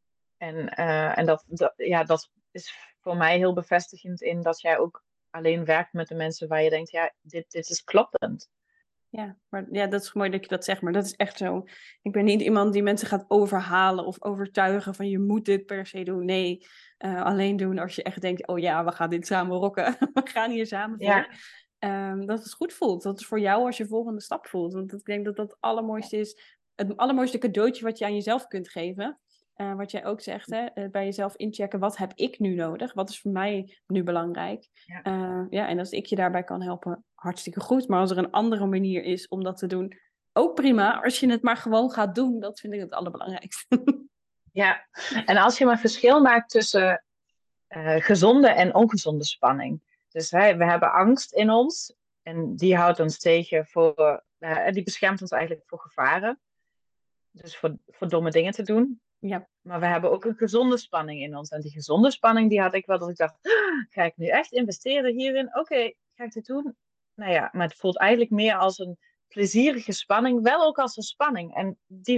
En ja, dat is voor mij heel bevestigend in dat jij ook alleen werkt met de mensen waar je denkt, ja, dit is kloppend. ja, maar ja, dat is mooi dat je dat zegt, maar dat is echt zo. Ik ben niet iemand die mensen gaat overhalen of overtuigen van je moet dit per se doen. Nee, alleen doen als je echt denkt, oh ja, we gaan dit samen rocken. We gaan hier samen voor. Ja, Dat het goed voelt. Dat het voor jou als je volgende stap voelt. Want ik denk dat dat het allermooiste is. Het allermooiste cadeautje wat je aan jezelf kunt geven. Wat jij ook zegt, hè? Bij jezelf inchecken. Wat heb ik nu nodig? Wat is voor mij nu belangrijk? ja, Ja, en als ik je daarbij kan helpen, hartstikke goed. Maar als er een andere manier is om dat te doen, ook prima. Als je het maar gewoon gaat doen, dat vind ik het allerbelangrijkste. ja. En als je maar verschil maakt tussen gezonde en ongezonde spanning. Dus we hebben angst in ons en die houdt ons tegen die beschermt ons eigenlijk voor gevaren. Dus voor domme dingen te doen. Ja, Maar we hebben ook een gezonde spanning in ons. En die gezonde spanning, die had ik wel dat ik dacht, ga ik nu echt investeren hierin? Oké, ga ik dit doen? Nou ja, maar het voelt eigenlijk meer als een plezierige spanning, wel ook als een spanning. En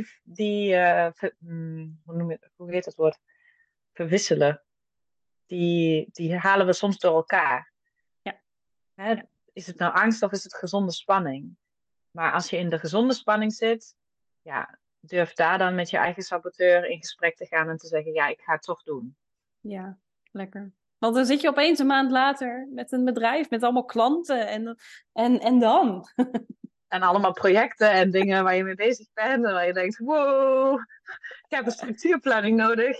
hoe heet dat woord? Verwisselen. Die halen we soms door elkaar. ja, Hè? Is het nou angst of is het gezonde spanning? Maar als je in de gezonde spanning zit, ja, durf daar dan met je eigen saboteur in gesprek te gaan en te zeggen, ja, ik ga het toch doen. ja, lekker. Want dan zit je opeens een maand later met een bedrijf met allemaal klanten en dan? En allemaal projecten en dingen waar je mee bezig bent en waar je denkt, wow, ik heb een structuurplanning nodig.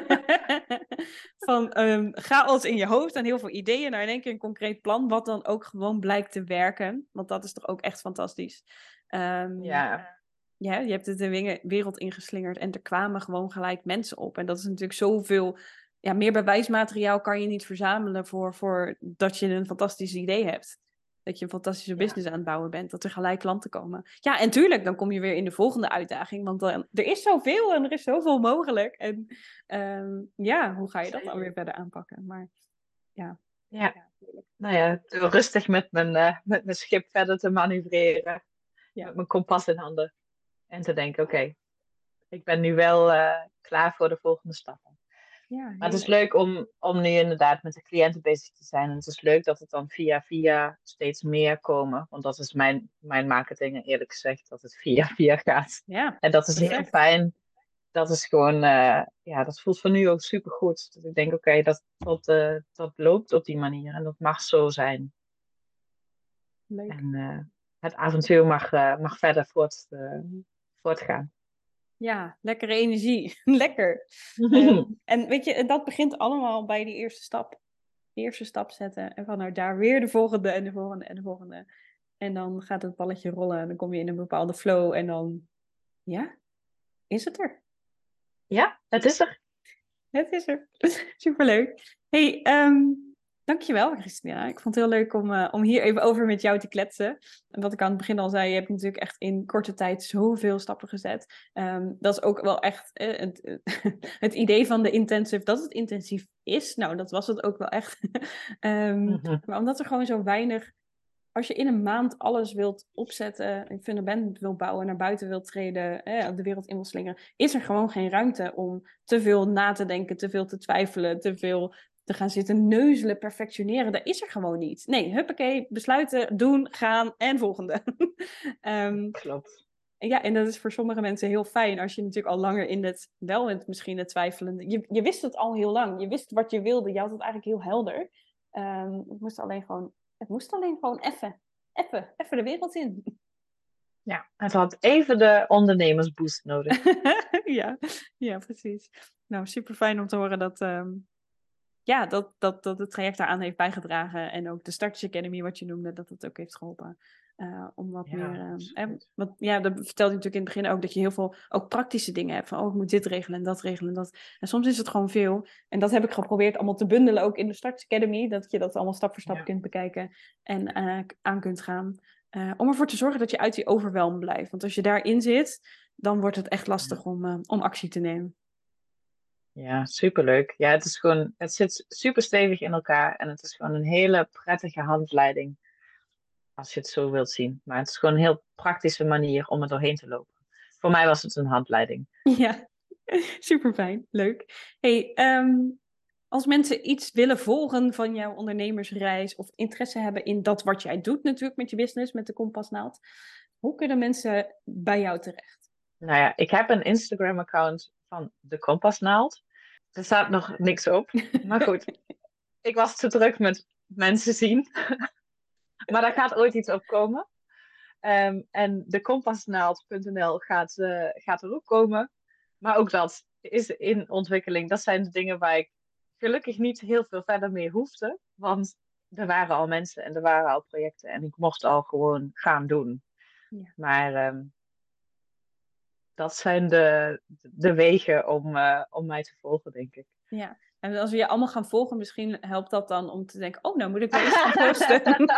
Van chaos in je hoofd en heel veel ideeën naar in één keer een concreet plan, wat dan ook gewoon blijkt te werken. Want dat is toch ook echt fantastisch. Ehm, Ja, ja, je hebt het de wereld ingeslingerd en er kwamen gewoon gelijk mensen op. En dat is natuurlijk zoveel, ja, meer bewijsmateriaal kan je niet verzamelen voor dat je een fantastisch idee hebt. Dat je een fantastische ja, business aan het bouwen bent, dat er gelijk klanten komen. Ja, en tuurlijk, dan kom je weer in de volgende uitdaging, want dan, er is zoveel en er is zoveel mogelijk. En ja, hoe ga je dat dan zeker. weer verder aanpakken? Maar ja, Ja, ja, tuurlijk. nou ja, door rustig met mijn schip verder te manoeuvreren, Ja, met mijn kompas in handen en te denken, oké, ik ben nu wel klaar voor de volgende stappen. ja, Maar het is heerlijk. leuk om nu inderdaad met de cliënten bezig te zijn. En het is leuk dat het dan via steeds meer komen. Want dat is mijn marketing, eerlijk gezegd, dat het via gaat. Ja, En dat is heel perfect. fijn. Dat is gewoon, ja, dat voelt voor nu ook super goed. Dat ik denk, oké, dat loopt op die manier. En dat mag zo zijn. Leuk. En het avontuur mag verder voortgaan. Ja, lekkere energie. Lekker. En weet je, dat begint allemaal bij die eerste stap. De eerste stap zetten en vanuit daar weer de volgende en de volgende en de volgende. En dan gaat het balletje rollen en dan kom je in een bepaalde flow en dan, ja, is het er. Ja, het is er. Het is er. Superleuk. Hey, dankjewel Christina. Ik vond het heel leuk om hier even over met jou te kletsen. En wat ik aan het begin al zei, je hebt natuurlijk echt in korte tijd zoveel stappen gezet. Dat is ook wel echt het idee van de intensive, dat het intensief is. Nou, dat was het ook wel echt. Maar omdat er gewoon zo weinig, als je in een maand alles wilt opzetten, een fundament wil bouwen, naar buiten wilt treden, de wereld in wil slingeren, is er gewoon geen ruimte om te veel na te denken, te veel te twijfelen, te veel te gaan zitten neuzelen, perfectioneren. Dat is er gewoon niet. Nee, huppakee, besluiten, doen, gaan en volgende. Klopt. Ja, en dat is voor sommige mensen heel fijn als je natuurlijk al langer in het, wel in het misschien het twijfelen. Je wist het al heel lang. Je wist wat je wilde. Je had het eigenlijk heel helder. Het moest alleen gewoon even de wereld in. Ja, het had even de ondernemersboost nodig. Ja, precies. Nou, super fijn om te horen dat het traject daaraan heeft bijgedragen. En ook de Starters Academy, wat je noemde, dat het ook heeft geholpen. Om wat Ja, meer. absoluut. Dat vertelde je natuurlijk in het begin ook, dat je heel veel ook praktische dingen hebt. Van, oh, ik moet dit regelen en dat regelen en dat. En soms is het gewoon veel. En dat heb ik geprobeerd allemaal te bundelen, ook in de Starters Academy. Dat je dat allemaal stap voor stap Ja. kunt bekijken en aan kunt gaan. Om ervoor te zorgen dat je uit die overwhelm blijft. Want als je daarin zit, dan wordt het echt lastig om actie te nemen. Ja, superleuk. Ja, het is gewoon, het zit super stevig in elkaar en het is gewoon een hele prettige handleiding, als je het zo wilt zien. Maar het is gewoon een heel praktische manier om er doorheen te lopen. Voor mij was het een handleiding. Ja, super fijn. Leuk. Hey, als mensen iets willen volgen van jouw ondernemersreis of interesse hebben in dat wat jij doet natuurlijk met je business, met de Kompasnaald, hoe kunnen mensen bij jou terecht? Nou ja, ik heb een Instagram-account van de Kompasnaald. Er staat nog niks op. Maar goed, ik was te druk met mensen zien. Maar daar gaat ooit iets op komen. En de kompasnaald.nl gaat er ook komen. Maar ook dat is in ontwikkeling. Dat zijn de dingen waar ik gelukkig niet heel veel verder mee hoefde. Want er waren al mensen en er waren al projecten. En ik mocht al gewoon gaan doen. Ja. Maar dat zijn de wegen om mij te volgen, denk ik. Ja, en als we je allemaal gaan volgen, misschien helpt dat dan om te denken, oh, nou moet ik weer eens gaan posten.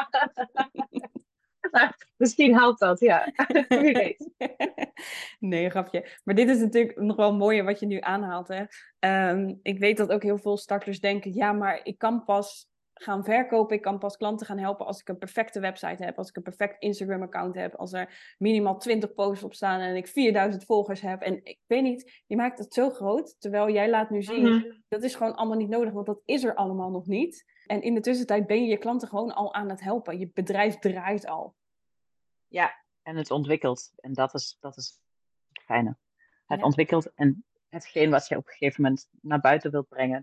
Misschien helpt dat, ja. Wie weet. Nee, grapje. Maar dit is natuurlijk nog wel mooie wat je nu aanhaalt. Hè? Ik weet dat ook heel veel starters denken, ja, maar ik kan pas gaan verkopen, ik kan pas klanten gaan helpen als ik een perfecte website heb, als ik een perfect Instagram-account heb, als er minimaal 20 posts op staan en ik 4000 volgers heb. En ik weet niet, je maakt het zo groot, terwijl jij laat nu zien, dat is gewoon allemaal niet nodig, want dat is er allemaal nog niet. En in de tussentijd ben je je klanten gewoon al aan het helpen. Je bedrijf draait al. Ja, en het ontwikkelt. En dat is het fijne. Het Ja. ontwikkelt en hetgeen wat je op een gegeven moment naar buiten wilt brengen,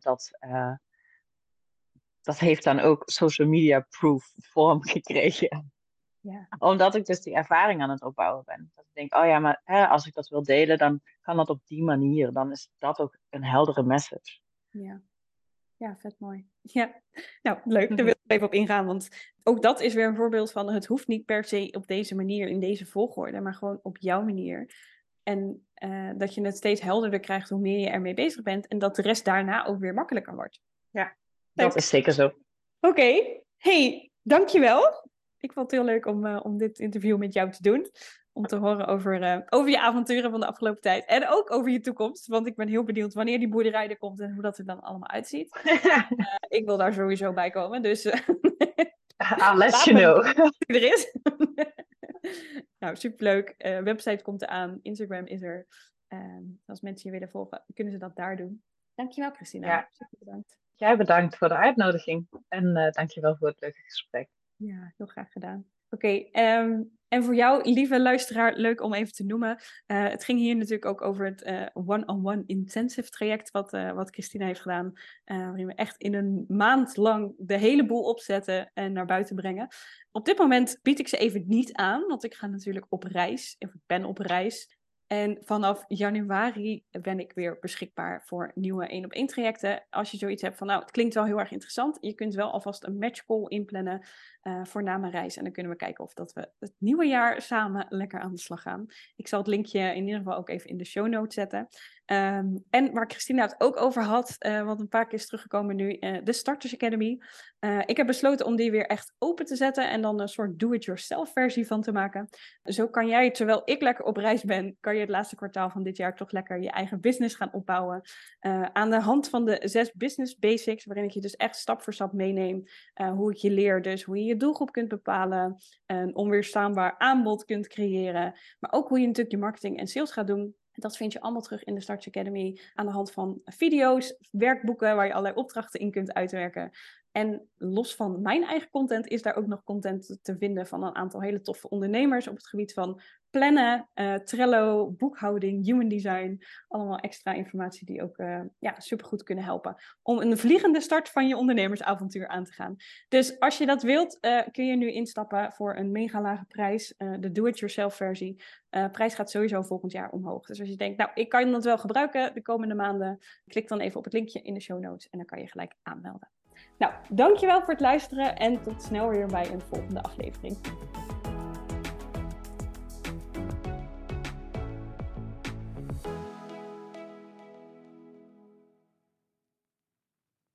dat heeft dan ook social media proof vorm gekregen. Ja. Omdat ik dus die ervaring aan het opbouwen ben. Dat ik denk, oh ja, maar als ik dat wil delen, dan kan dat op die manier. Dan is dat ook een heldere message. Ja. Ja, vet mooi. Ja, nou leuk. Daar wil ik even op ingaan, want ook dat is weer een voorbeeld van het hoeft niet per se op deze manier, in deze volgorde, maar gewoon op jouw manier. En dat je het steeds helderder krijgt hoe meer je ermee bezig bent en dat de rest daarna ook weer makkelijker wordt. Ja, Leuk. dat is zeker zo. Oké. Hey, dankjewel. Ik vond het heel leuk om dit interview met jou te doen. Om te horen over je avonturen van de afgelopen tijd. En ook over je toekomst. Want ik ben heel benieuwd wanneer die boerderij er komt en hoe dat er dan allemaal uitziet. Ik wil daar sowieso bij komen. Dus I'll let you know. er is. Nou, superleuk. Website komt eraan. Instagram is er. Als mensen je willen volgen, kunnen ze dat daar doen. Dankjewel, Christina. Ja. Super bedankt. Jij bedankt voor de uitnodiging. En dankjewel voor het leuke gesprek. Ja, heel graag gedaan. Oké, en voor jou, lieve luisteraar, leuk om even te noemen. Het ging hier natuurlijk ook over het one-on-one intensive traject wat Christina heeft gedaan. Waarin we echt in een maand lang de hele boel opzetten en naar buiten brengen. Op dit moment bied ik ze even niet aan, want ik ga natuurlijk op reis. Of ik ben op reis. En vanaf januari ben ik weer beschikbaar voor nieuwe 1-op-1 trajecten. Als je zoiets hebt van, nou, het klinkt wel heel erg interessant. Je kunt wel alvast een matchcall inplannen voor na mijn reis. En dan kunnen we kijken of dat we het nieuwe jaar samen lekker aan de slag gaan. Ik zal het linkje in ieder geval ook even in de show notes zetten. En waar Christina het ook over had, wat een paar keer is teruggekomen nu, de Starters Academy. Ik heb besloten om die weer echt open te zetten en dan een soort do-it-yourself versie van te maken. Zo kan jij, terwijl ik lekker op reis ben, kan je het laatste kwartaal van dit jaar toch lekker je eigen business gaan opbouwen. Aan de hand van de 6 business basics, waarin ik je dus echt stap voor stap meeneem. Hoe ik je leer dus, hoe je je doelgroep kunt bepalen, een onweerstaanbaar aanbod kunt creëren. Maar ook hoe je natuurlijk je marketing en sales gaat doen. Dat vind je allemaal terug in de Starters Academy aan de hand van video's, werkboeken waar je allerlei opdrachten in kunt uitwerken. En los van mijn eigen content is daar ook nog content te vinden van een aantal hele toffe ondernemers op het gebied van plannen, Trello, boekhouding, human design. Allemaal extra informatie die ook supergoed kunnen helpen om een vliegende start van je ondernemersavontuur aan te gaan. Dus als je dat wilt, kun je nu instappen voor een mega lage prijs, de do-it-yourself versie. Prijs gaat sowieso volgend jaar omhoog. Dus als je denkt, nou, ik kan dat wel gebruiken de komende maanden, klik dan even op het linkje in de show notes en dan kan je gelijk aanmelden. Nou, dankjewel voor het luisteren en tot snel weer bij een volgende aflevering.